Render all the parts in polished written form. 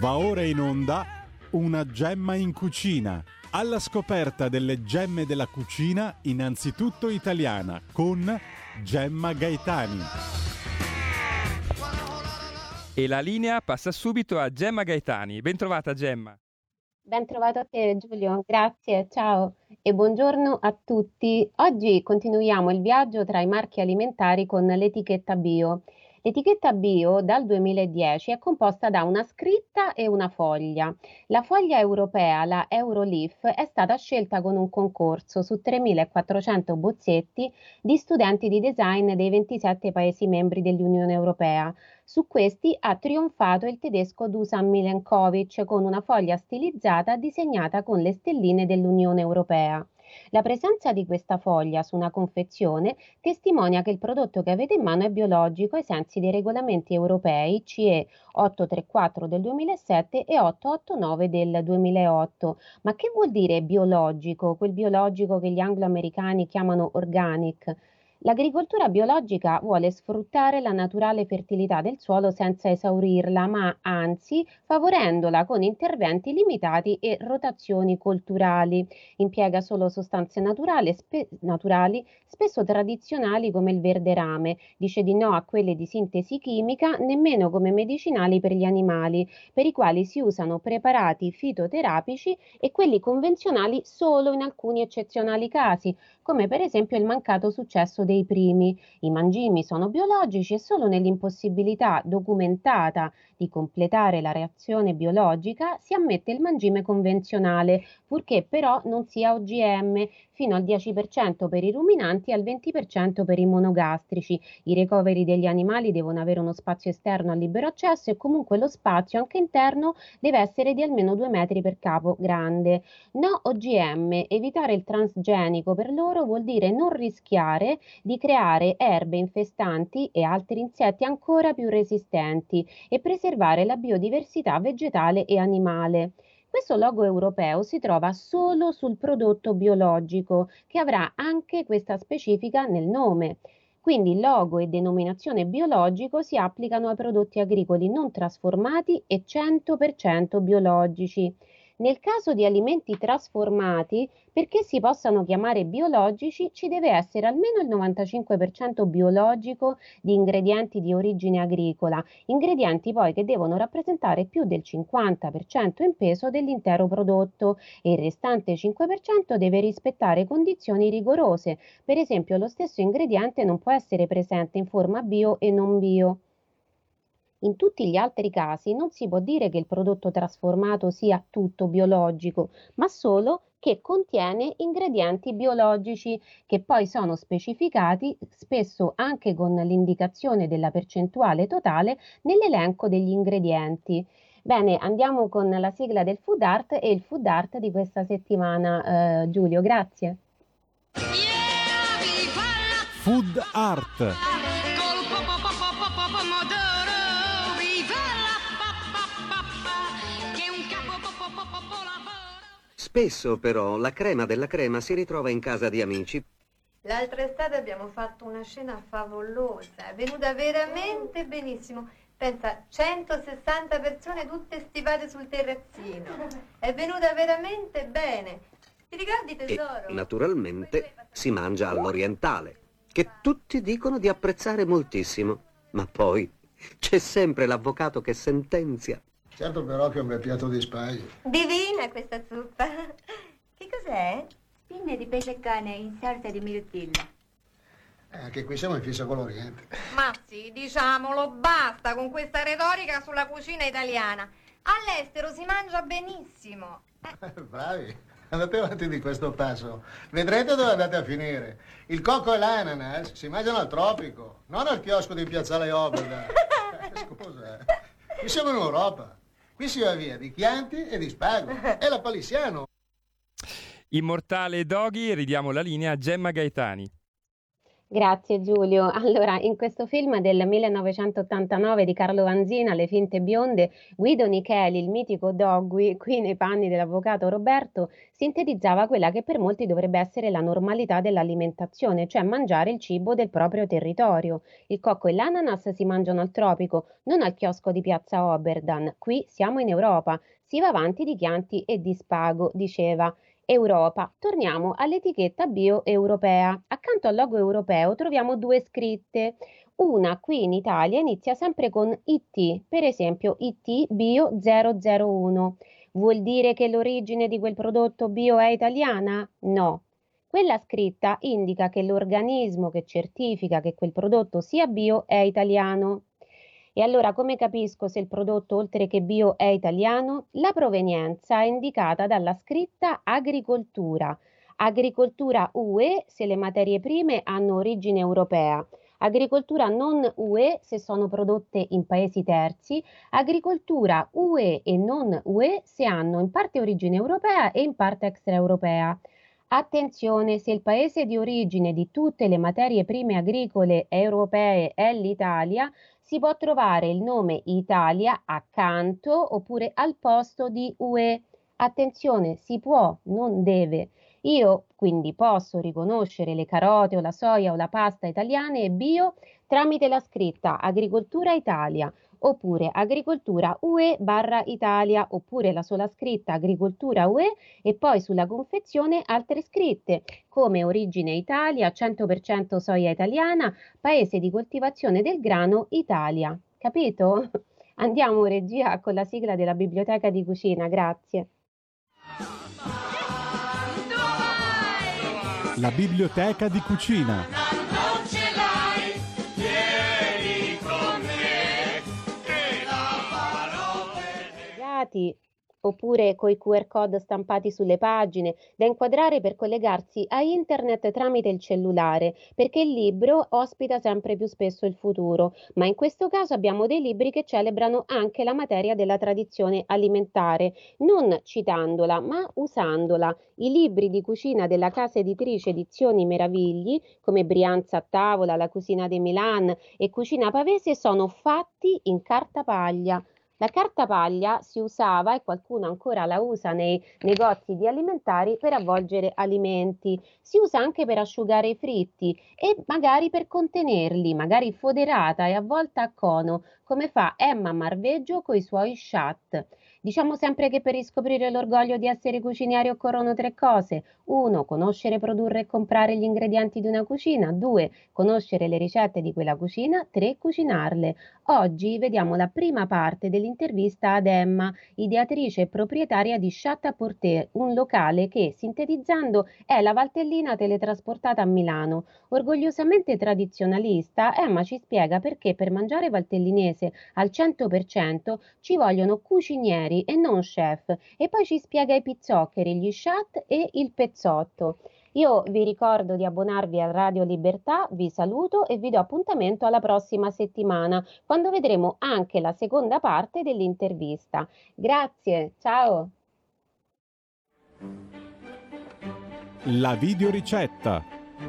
Va ora in onda Una gemma in cucina, alla scoperta delle gemme della cucina, innanzitutto italiana, con Gemma Gaetani. E la linea passa subito a Gemma Gaetani. Bentrovata Gemma. Ben trovato a te Giulio, grazie, ciao e buongiorno a tutti. Oggi continuiamo il viaggio tra i marchi alimentari con l'etichetta bio. L'etichetta bio dal 2010 è composta da una scritta e una foglia. La foglia europea, la Euroleaf, è stata scelta con un concorso su 3.400 bozzetti di studenti di design dei 27 Paesi membri dell'Unione Europea. Su questi ha trionfato il tedesco Dusan Milenkovic con una foglia stilizzata disegnata con le stelline dell'Unione Europea. La presenza di questa foglia su una confezione testimonia che il prodotto che avete in mano è biologico ai sensi dei regolamenti europei CE 834 del 2007 e 889 del 2008. Ma che vuol dire biologico? Quel biologico che gli anglo-americani chiamano organic? L'agricoltura biologica vuole sfruttare la naturale fertilità del suolo senza esaurirla, ma anzi favorendola con interventi limitati e rotazioni colturali. Impiega solo sostanze naturali, spesso tradizionali come il verde rame. Dice di no a quelle di sintesi chimica, nemmeno come medicinali per gli animali, per i quali si usano preparati fitoterapici, e quelli convenzionali solo in alcuni eccezionali casi, come per esempio il mancato successo dei primi. I mangimi sono biologici e solo nell'impossibilità documentata di completare la reazione biologica si ammette il mangime convenzionale, purché però non sia OGM, fino al 10% per i ruminanti e al 20% per i monogastrici. I ricoveri degli animali devono avere uno spazio esterno a libero accesso e comunque lo spazio anche interno deve essere di almeno 2 metri per capo grande. No OGM, evitare il transgenico per loro vuol dire non rischiare di creare erbe infestanti e altri insetti ancora più resistenti e preservare la biodiversità vegetale e animale. Questo logo europeo si trova solo sul prodotto biologico, che avrà anche questa specifica nel nome. Quindi logo e denominazione biologico si applicano ai prodotti agricoli non trasformati e 100% biologici. Nel caso di alimenti trasformati, perché si possano chiamare biologici, ci deve essere almeno il 95% biologico di ingredienti di origine agricola, ingredienti poi che devono rappresentare più del 50% in peso dell'intero prodotto, e il restante 5% deve rispettare condizioni rigorose. Per esempio, lo stesso ingrediente non può essere presente in forma bio e non bio. In tutti gli altri casi non si può dire che il prodotto trasformato sia tutto biologico, ma solo che contiene ingredienti biologici che poi sono specificati spesso anche con l'indicazione della percentuale totale nell'elenco degli ingredienti. Bene, andiamo con la sigla del food art e il food art di questa settimana, Giulio, grazie. Food art. Spesso però la crema della crema si ritrova in casa di amici. L'altra estate abbiamo fatto una cena favolosa, è venuta veramente benissimo. Pensa, 160 persone tutte stivate sul terrazzino. È venuta veramente bene. Ti ricordi, tesoro? E naturalmente si mangia all'orientale, che tutti dicono di apprezzare moltissimo. Ma poi c'è sempre l'avvocato che sentenzia. Certo però che è un bel piatto di spaghi. Divina questa zuppa. Che cos'è? Spinne di pesce cane in salsa di mirtillo. Anche qui siamo in fissa con l'Oriente. Ma sì, diciamolo, basta con questa retorica sulla cucina italiana. All'estero si mangia benissimo. Bravi, andate avanti di questo passo. Vedrete dove andate a finire. Il cocco e l'ananas si mangiano al tropico, non al chiosco di Piazzale Oberda. Scusa, qui siamo in Europa. Qui si va via di Chianti e di Spago. È la Palissiano. Immortale Doghi, ridiamo la linea a Gemma Gaetani. Grazie Giulio. Allora, in questo film del 1989 di Carlo Vanzina, Le finte bionde, Guido Nicheli, il mitico Dogui, qui nei panni dell'avvocato Roberto, sintetizzava quella che per molti dovrebbe essere la normalità dell'alimentazione, cioè mangiare il cibo del proprio territorio. Il cocco e l'ananas si mangiano al tropico, non al chiosco di Piazza Oberdan. Qui siamo in Europa, si va avanti di Chianti e di Spago, diceva. Europa. Torniamo all'etichetta bio europea. Accanto al logo europeo troviamo due scritte. Una qui in Italia inizia sempre con IT, per esempio IT Bio 001. Vuol dire che l'origine di quel prodotto bio è italiana? No. Quella scritta indica che l'organismo che certifica che quel prodotto sia bio è italiano. E allora come capisco se il prodotto oltre che bio è italiano? La provenienza è indicata dalla scritta agricoltura. Agricoltura UE se le materie prime hanno origine europea. Agricoltura non UE se sono prodotte in paesi terzi. Agricoltura UE e non UE se hanno in parte origine europea e in parte extraeuropea. Attenzione, se il paese di origine di tutte le materie prime agricole europee è l'Italia, si può trovare il nome Italia accanto oppure al posto di UE. Attenzione, si può, non deve. Io quindi posso riconoscere le carote o la soia o la pasta italiane e bio tramite la scritta Agricoltura Italia oppure Agricoltura UE/Italia oppure la sola scritta Agricoltura UE e poi sulla confezione altre scritte come origine Italia, 100% soia italiana, paese di coltivazione del grano Italia. Capito? Andiamo regia con la sigla della biblioteca di cucina, grazie. La biblioteca di cucina. Oppure coi QR code stampati sulle pagine, da inquadrare per collegarsi a internet tramite il cellulare, perché il libro ospita sempre più spesso il futuro, ma in questo caso abbiamo dei libri che celebrano anche la materia della tradizione alimentare, non citandola, ma usandola. I libri di cucina della casa editrice Edizioni Meravigli, come Brianza a tavola, La cucina di Milan e Cucina Pavese, sono fatti in carta paglia. La carta paglia si usava, e qualcuno ancora la usa nei negozi di alimentari, per avvolgere alimenti. Si usa anche per asciugare i fritti e magari per contenerli, magari foderata e avvolta a cono, come fa Emma Marveggio coi suoi chat. Diciamo sempre che per riscoprire l'orgoglio di essere cucinieri occorrono 3 cose. 1. Conoscere, produrre e comprare gli ingredienti di una cucina. 2. Conoscere le ricette di quella cucina. 3. Cucinarle. Oggi vediamo la prima parte dell'intervista ad Emma, ideatrice e proprietaria di Chat-à-Porter, un locale che, sintetizzando, è la Valtellina teletrasportata a Milano. Orgogliosamente tradizionalista, Emma ci spiega perché per mangiare valtellinese al 100% ci vogliono cucinieri e non chef, e poi ci spiega i pizzoccheri, gli chat e il pezzotto. Io vi ricordo di abbonarvi a Radio Libertà, vi saluto e vi do appuntamento alla prossima settimana, quando vedremo anche la seconda parte dell'intervista. Grazie, ciao! La videoricetta.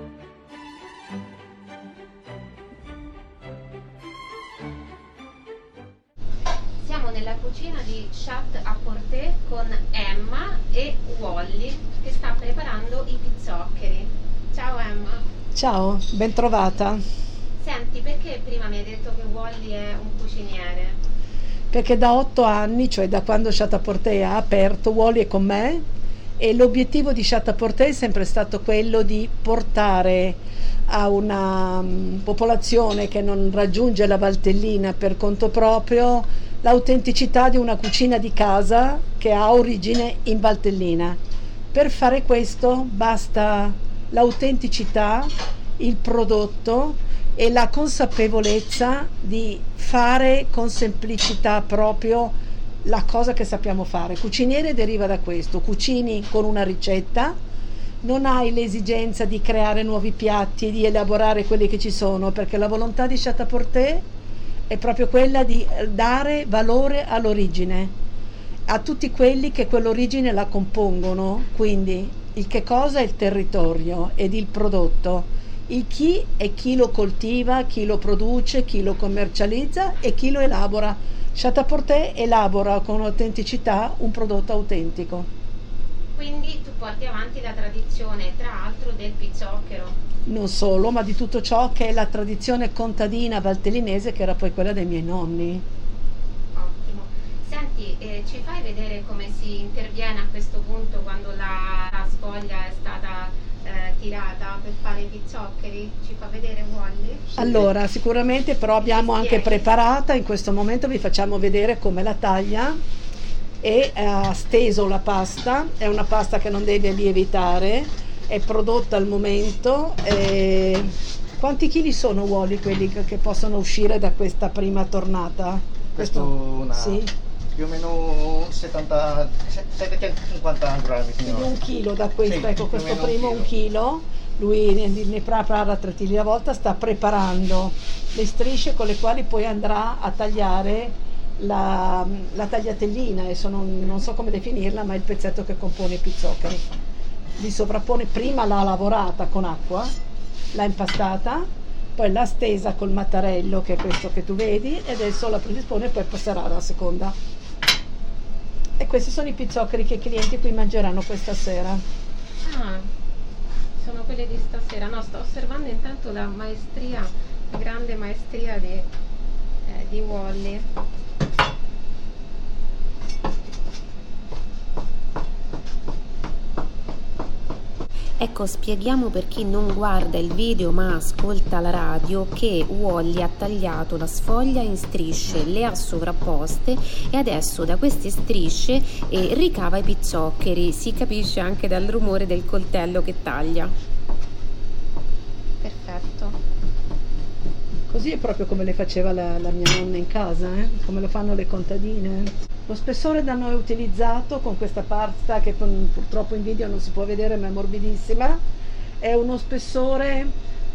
Siamo nella cucina di Chat-à-Porter con Emma e Wally che sta preparando i pizzoccheri. Ciao Emma. Ciao, ben trovata. Senti, perché prima mi hai detto che Wally è un cuciniere? Perché da 8 anni, cioè da quando Chat-à-Porter ha aperto, Wally è con me e l'obiettivo di Chat-à-Porter è sempre stato quello di portare a una popolazione che non raggiunge la Valtellina per conto proprio l'autenticità di una cucina di casa che ha origine in Valtellina. Per fare questo basta l'autenticità, il prodotto e la consapevolezza di fare con semplicità proprio la cosa che sappiamo fare. Cuciniere deriva da questo: cucini con una ricetta, non hai l'esigenza di creare nuovi piatti e di elaborare quelli che ci sono, perché la volontà di Chat-à-Porter è proprio quella di dare valore all'origine, a tutti quelli che quell'origine la compongono. Quindi il che cosa è il territorio ed il prodotto, Il chi è chi lo coltiva, chi lo produce, chi lo commercializza e chi lo elabora. Châteauporter elabora con autenticità un prodotto autentico. Quindi tu porti avanti la tradizione, tra l'altro, del pizzocchero. Non solo, ma di tutto ciò che è la tradizione contadina valtellinese, che era poi quella dei miei nonni. Ottimo. Senti, ci fai vedere come si interviene a questo punto quando la sfoglia è stata tirata per fare i pizzoccheri? Ci fa vedere, Wally? Allora, sicuramente, però abbiamo anche preparata, in questo momento vi facciamo vedere come la taglia e ha steso la pasta. È una pasta che non deve lievitare, è prodotta al momento. Quanti chili sono, Wally, quelli che possono uscire da questa prima tornata? Questo sì. Più o meno 750 grammi. Quindi 1 chilo da questo, Sì, ecco, più o questo meno primo 1 chilo. Lui ne prepara 3 chili alla volta, sta preparando le strisce con le quali poi andrà a tagliare la tagliatellina, adesso non so come definirla, ma è il pezzetto che compone i pizzoccheri. Li sovrappone, prima l'ha lavorata con acqua, l'ha impastata, poi l'ha stesa col mattarello, che è questo che tu vedi, e adesso la predispone e poi passerà alla seconda. E questi sono i pizzoccheri che i clienti qui mangeranno questa sera. Ah, sono quelli di stasera. No, sto osservando intanto la maestria, la grande maestria di Wally. Ecco, spieghiamo per chi non guarda il video ma ascolta la radio che Wally ha tagliato la sfoglia in strisce, le ha sovrapposte e adesso da queste strisce ricava i pizzoccheri. Si capisce anche dal rumore del coltello che taglia. Perfetto. Così è proprio come le faceva la mia nonna in casa, come lo fanno le contadine. Lo spessore da noi utilizzato con questa pasta, che purtroppo in video non si può vedere ma è morbidissima, è uno spessore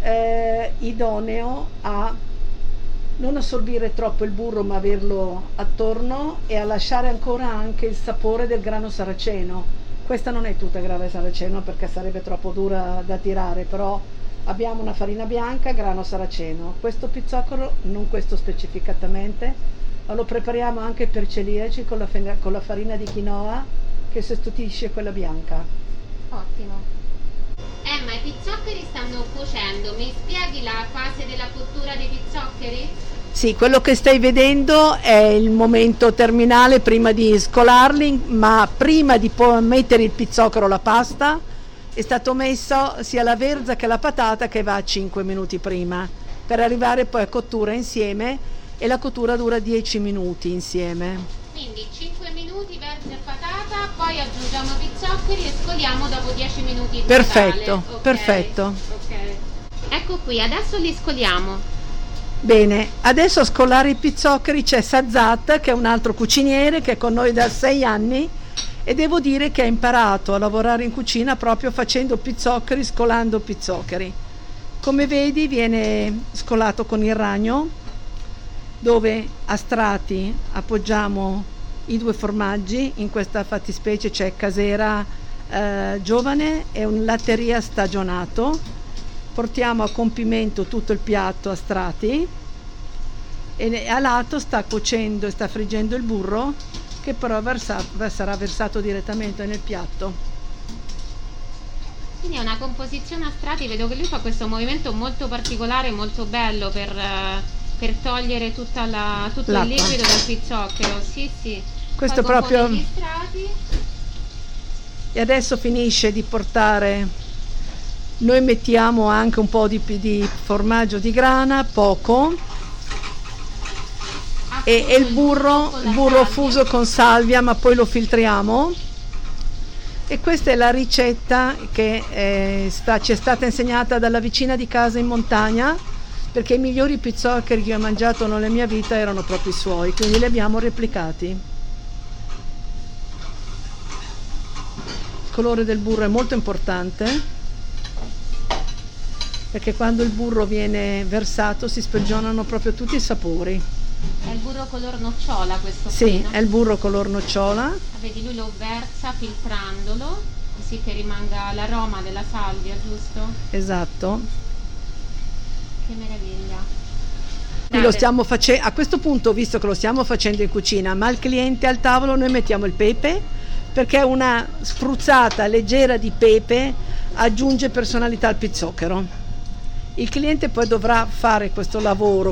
idoneo a non assorbire troppo il burro ma averlo attorno e a lasciare ancora anche il sapore del grano saraceno. Questa non è tutta grana saraceno perché sarebbe troppo dura da tirare, però abbiamo una farina bianca, grano saraceno. Questo pizzocchero, non questo specificatamente, ma lo prepariamo anche per celiaci con la farina di quinoa che sostituisce quella bianca. Ottimo. Ma i pizzoccheri stanno cuocendo. Mi spieghi la fase della cottura dei pizzoccheri? Sì, quello che stai vedendo è il momento terminale prima di scolarli, ma prima di mettere il pizzocchero, la pasta, è stato messo sia la verza che la patata, che va a 5 minuti prima, per arrivare poi a cottura insieme, e la cottura dura 10 minuti insieme. Quindi 5 minuti verza e patata, poi aggiungiamo i pizzoccheri e scoliamo dopo 10 minuti. Perfetto, okay. Perfetto. Okay. Ecco qui, adesso li scoliamo. Bene, adesso a scolare i pizzoccheri c'è Sazzat, che è un altro cuciniere che è con noi da 6 anni, e devo dire che ha imparato a lavorare in cucina proprio facendo pizzoccheri, scolando pizzoccheri. Come vedi viene scolato con il ragno, dove a strati appoggiamo i 2 formaggi. In questa fattispecie c'è casera giovane e un latteria stagionato. Portiamo a compimento tutto il piatto a strati e a lato sta cuocendo e sta friggendo il burro, che però sarà versato direttamente nel piatto. Quindi è una composizione a strati. Vedo che lui fa questo movimento molto particolare, molto bello per togliere tutto il liquido dal pizzocchero. Sì. Questo poi proprio. Gli strati. E adesso finisce di portare. Noi mettiamo anche un po' di formaggio di grana, poco, e il burro fuso con salvia, ma poi lo filtriamo. E questa è la ricetta che ci è stata insegnata dalla vicina di casa in montagna, perché i migliori pizzoccheri che ho mangiato nella mia vita erano proprio i suoi, quindi li abbiamo replicati. Il colore del burro è molto importante, perché quando il burro viene versato si sprigionano proprio tutti i sapori. È il burro color nocciola questo? Sì, qui, no? È il burro color nocciola. Vedi, lui lo versa filtrandolo, così che rimanga l'aroma della salvia, giusto? Esatto. che meraviglia. Lo stiamo a questo punto, visto che lo stiamo facendo in cucina, ma il cliente al tavolo, noi mettiamo il pepe, perché una spruzzata leggera di pepe aggiunge personalità al pizzocchero. Il cliente poi dovrà fare questo lavoro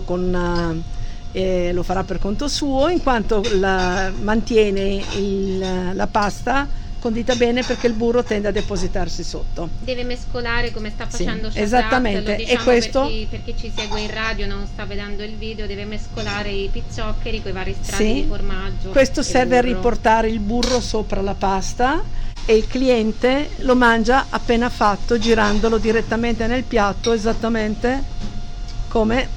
lo farà per conto suo, in quanto mantiene la pasta condita bene, perché il burro tende a depositarsi sotto. Deve mescolare come sta facendo Shazam, esattamente. Lo diciamo E questo, per chi ci segue in radio, non sta vedendo il video, deve mescolare i pizzoccheri con i vari strati di formaggio. Questo serve a burro. riportare il burro sopra la pasta, e il cliente lo mangia appena fatto, girandolo direttamente nel piatto, esattamente come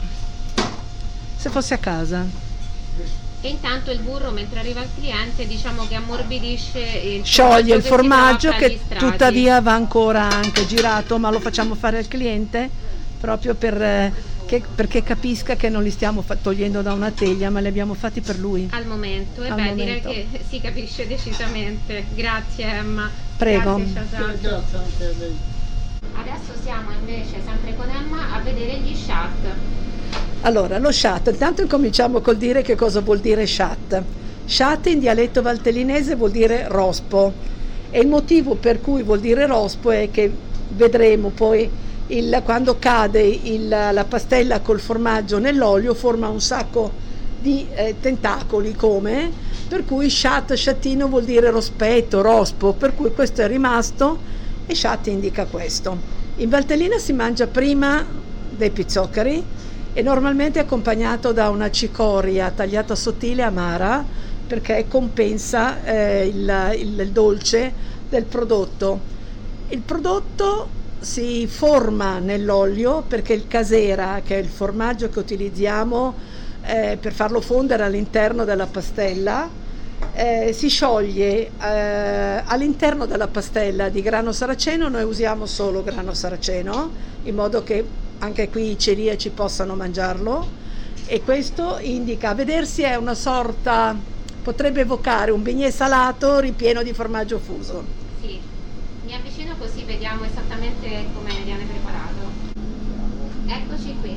se fosse a casa. E intanto il burro, mentre arriva il cliente, diciamo che ammorbidisce scioglie il formaggio che che tuttavia va ancora anche girato, ma lo facciamo fare al cliente proprio perché capisca che non li stiamo togliendo da una teglia, ma li abbiamo fatti per lui. Al momento, momento. direi che si capisce decisamente. Grazie Emma. Prego. Grazie Shazam. Adesso siamo invece sempre con Emma a vedere gli chat. Allora, lo chat, intanto incominciamo col dire che cosa vuol dire chat. Chat in dialetto valtellinese vuol dire rospo, e il motivo per cui vuol dire rospo è che vedremo poi quando cade la pastella col formaggio nell'olio forma un sacco di tentacoli, per cui sciattino vuol dire rospetto, rospo, per cui questo è rimasto e chat indica questo. In Valtellina si mangia prima dei pizzoccheri e normalmente accompagnato da una cicoria tagliata sottile, amara, perché compensa il dolce del prodotto. Il prodotto si forma nell'olio perché il casera, che è il formaggio che utilizziamo per farlo fondere all'interno della pastella, si scioglie all'interno della pastella di grano saraceno. Noi usiamo solo grano saraceno, in modo che anche qui i celiaci possano mangiarlo, e questo indica, a vedersi è una sorta, potrebbe evocare un bignè salato ripieno di formaggio fuso. Sì, mi avvicino così vediamo esattamente come viene preparato. Eccoci qui.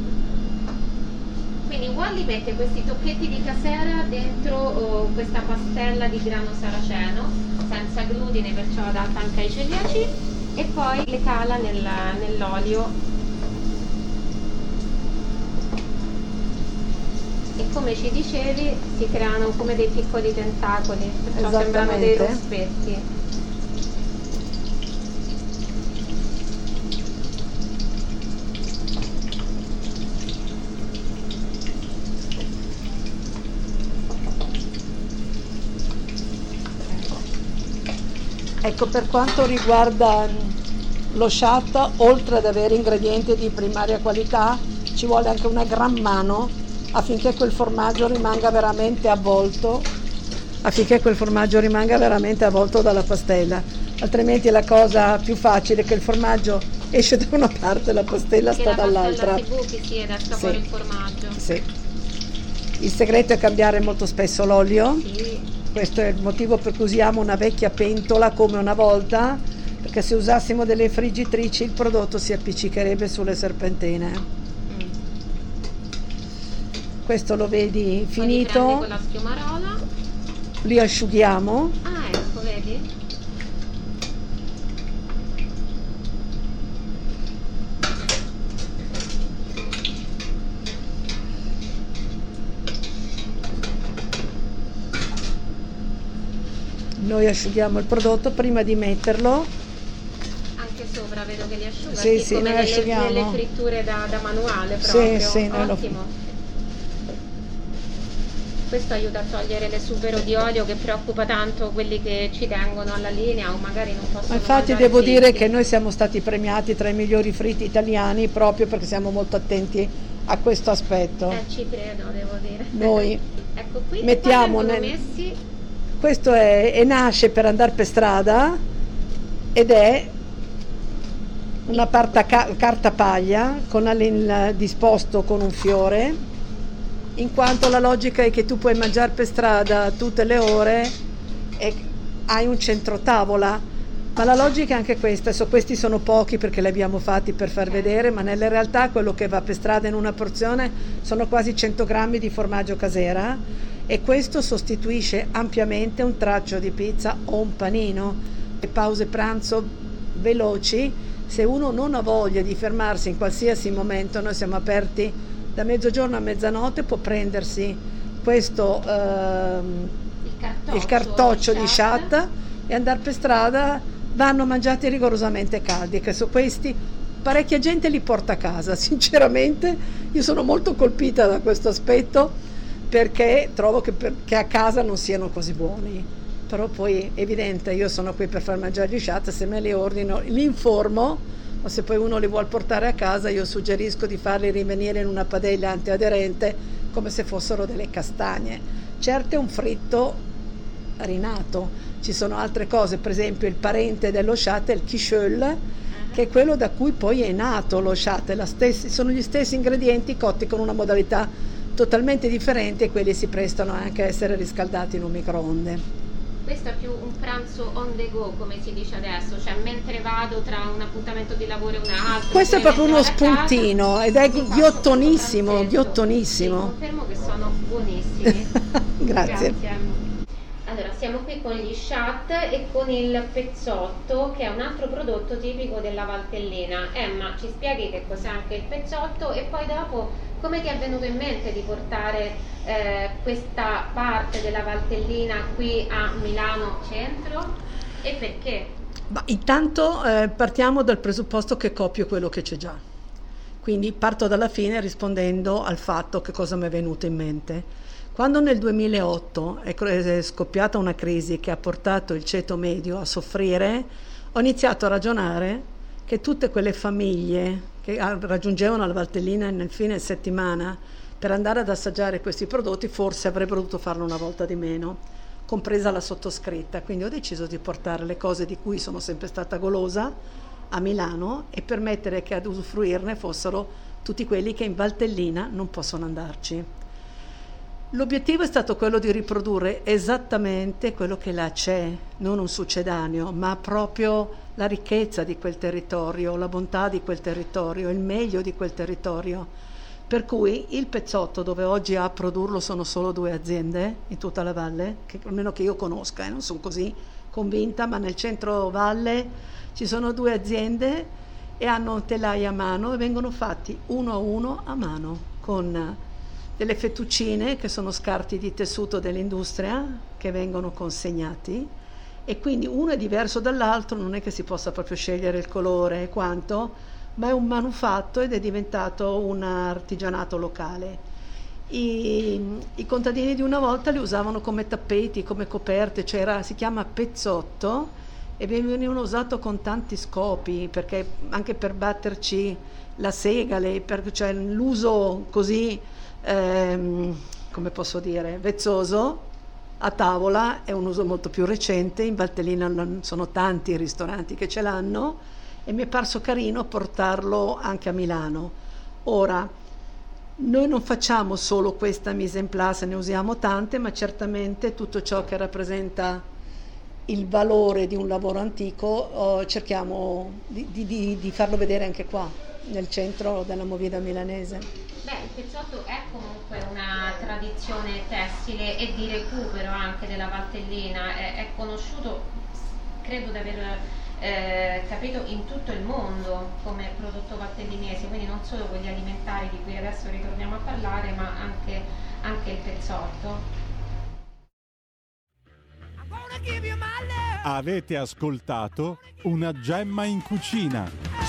Quindi Wally mette questi tocchetti di casera dentro questa pastella di grano saraceno, senza glutine, perciò adatta anche ai celiaci, e poi le cala nell'olio. E come ci dicevi, si creano come dei piccoli tentacoli, perciò sembrano dei rospetti. Ecco, per quanto riguarda lo chat, oltre ad avere ingredienti di primaria qualità, ci vuole anche una gran mano affinché quel formaggio rimanga veramente avvolto, dalla pastella. Altrimenti la cosa più facile è che il formaggio esce da una parte e la pastella sta dall'altra. Che la pastella si buchi, sì, ed esca fuori il formaggio. Sì. Il segreto è cambiare molto spesso l'olio. Sì. Questo è il motivo per cui usiamo una vecchia pentola come una volta, perché se usassimo delle friggitrici il prodotto si appiccicherebbe sulle serpentine. Questo lo vedi finito. Poi con la schiumarola. Li asciughiamo. Ah, ecco, vedi? Noi asciughiamo il prodotto prima di metterlo. Anche sopra vedo che li asciuga, sì, come noi asciughiamo. nelle fritture da manuale proprio. Sì, ottimo. Questo aiuta a togliere l'esubero di olio che preoccupa tanto quelli che ci tengono alla linea o magari non possono. Ma infatti mangiare devo fritti. dire che noi siamo stati premiati tra i migliori fritti italiani proprio perché siamo molto attenti a questo aspetto. Ci credo, devo dire. Noi ecco qui, mettiamo messi. Questo nasce per andare per strada ed è una carta paglia disposto con un fiore, in quanto la logica è che tu puoi mangiare per strada tutte le ore e hai un centro tavola, Ma la logica è anche questa, adesso questi sono pochi perché li abbiamo fatti per far vedere, ma nella realtà quello che va per strada in una porzione sono quasi 100 grammi di formaggio casera e questo sostituisce ampiamente un traccio di pizza o un panino. Le pause pranzo veloci, se uno non ha voglia di fermarsi in qualsiasi momento, noi siamo aperti da mezzogiorno a mezzanotte, può prendersi questo il cartoccio di Shat e andare per strada. Vanno mangiati rigorosamente caldi, che su questi parecchia gente li porta a casa. Sinceramente io sono molto colpita da questo aspetto perché trovo che a casa non siano così buoni, però poi è evidente, io sono qui per far mangiare gli Shat, se me li ordino li informo, ma se poi uno li vuole portare a casa io suggerisco di farli rivenire in una padella antiaderente come se fossero delle castagne. Certo è un fritto rinato. Ci sono altre cose, per esempio il parente dello Shat è il Kishöl, che è quello da cui poi è nato lo Shat, sono gli stessi ingredienti cotti con una modalità totalmente differente e quelli si prestano anche a essere riscaldati in un microonde. Questo è più un pranzo on the go, come si dice adesso, cioè mentre vado tra un appuntamento di lavoro e un altro. Questo è proprio uno spuntino ed è ghiottonissimo, ghiottonissimo. Sì, confermo che sono buonissimi. Grazie. Allora, siamo qui con gli Shat e con il pezzotto, che è un altro prodotto tipico della Valtellina. Emma, ci spieghi che cos'è anche il pezzotto e poi dopo come ti è venuto in mente di portare questa parte della Valtellina qui a Milano Centro e perché? Intanto partiamo dal presupposto che copio quello che c'è già. Quindi parto dalla fine rispondendo al fatto che cosa mi è venuto in mente. Quando nel 2008 è scoppiata una crisi che ha portato il ceto medio a soffrire, ho iniziato a ragionare che tutte quelle famiglie che raggiungevano la Valtellina nel fine settimana per andare ad assaggiare questi prodotti forse avrebbero dovuto farlo una volta di meno, compresa la sottoscritta. Quindi ho deciso di portare le cose di cui sono sempre stata golosa a Milano e permettere che ad usufruirne fossero tutti quelli che in Valtellina non possono andarci. L'obiettivo è stato quello di riprodurre esattamente quello che là c'è, non un succedaneo, ma proprio la ricchezza di quel territorio, la bontà di quel territorio, il meglio di quel territorio. Per cui il pezzotto, dove oggi a produrlo sono solo 2 aziende in tutta la valle, che almeno che io conosca, non sono così convinta, ma nel centro valle ci sono 2 aziende e hanno telai a mano e vengono fatti uno a uno a mano con delle fettuccine che sono scarti di tessuto dell'industria che vengono consegnati e quindi uno è diverso dall'altro, non è che si possa proprio scegliere il colore e quanto, ma è un manufatto ed è diventato un artigianato locale. I contadini di una volta li usavano come tappeti, come coperte, cioè si chiama pezzotto e veniva usato con tanti scopi, perché anche per batterci la segale, cioè l'uso così come posso dire, vezzoso a tavola è un uso molto più recente. In Valtellina sono tanti i ristoranti che ce l'hanno e mi è parso carino portarlo anche a Milano. Ora, noi non facciamo solo questa mise en place, ne usiamo tante, ma certamente tutto ciò che rappresenta il valore di un lavoro antico cerchiamo di farlo vedere anche qua, nel centro della movida milanese. Beh, il pezzotto è comunque una tradizione tessile e di recupero anche della Valtellina, è conosciuto, credo di aver capito, in tutto il mondo come prodotto valtellinese, quindi non solo quelli alimentari di cui adesso ritorniamo a parlare, ma anche il pezzotto. Avete ascoltato Una gemma in cucina.